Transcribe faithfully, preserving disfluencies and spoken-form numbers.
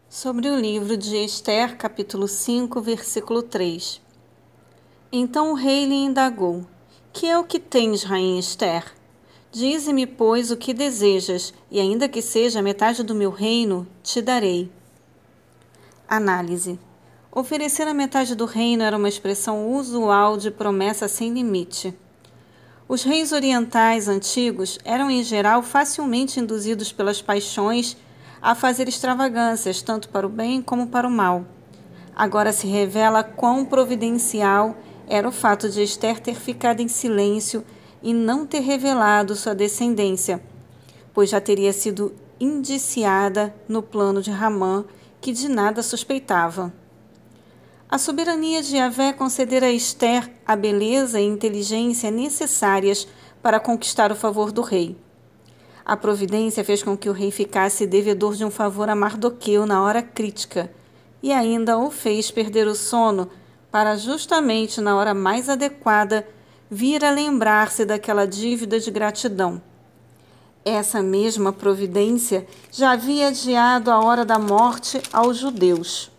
Sobre o livro de Ester, capítulo cinco, versículo três. Então o rei lhe indagou: Que é o que tens, rainha Ester? Dize-me, pois, o que desejas, e ainda que seja metade do meu reino, te darei. Análise. Oferecer a metade do reino era uma expressão usual de promessa sem limite. Os reis orientais antigos eram, em geral, facilmente induzidos pelas paixões a fazer extravagâncias, tanto para o bem como para o mal. Agora se revela quão providencial era o fato de Ester ter ficado em silêncio e não ter revelado sua descendência, pois já teria sido indiciada no plano de Ramã, que de nada suspeitava. A soberania de Yahvé concedera a Ester a beleza e inteligência necessárias para conquistar o favor do rei. A providência fez com que o rei ficasse devedor de um favor a Mardoqueu na hora crítica, e ainda o fez perder o sono para, justamente na hora mais adequada, vir a lembrar-se daquela dívida de gratidão. Essa mesma providência já havia adiado a hora da morte aos judeus.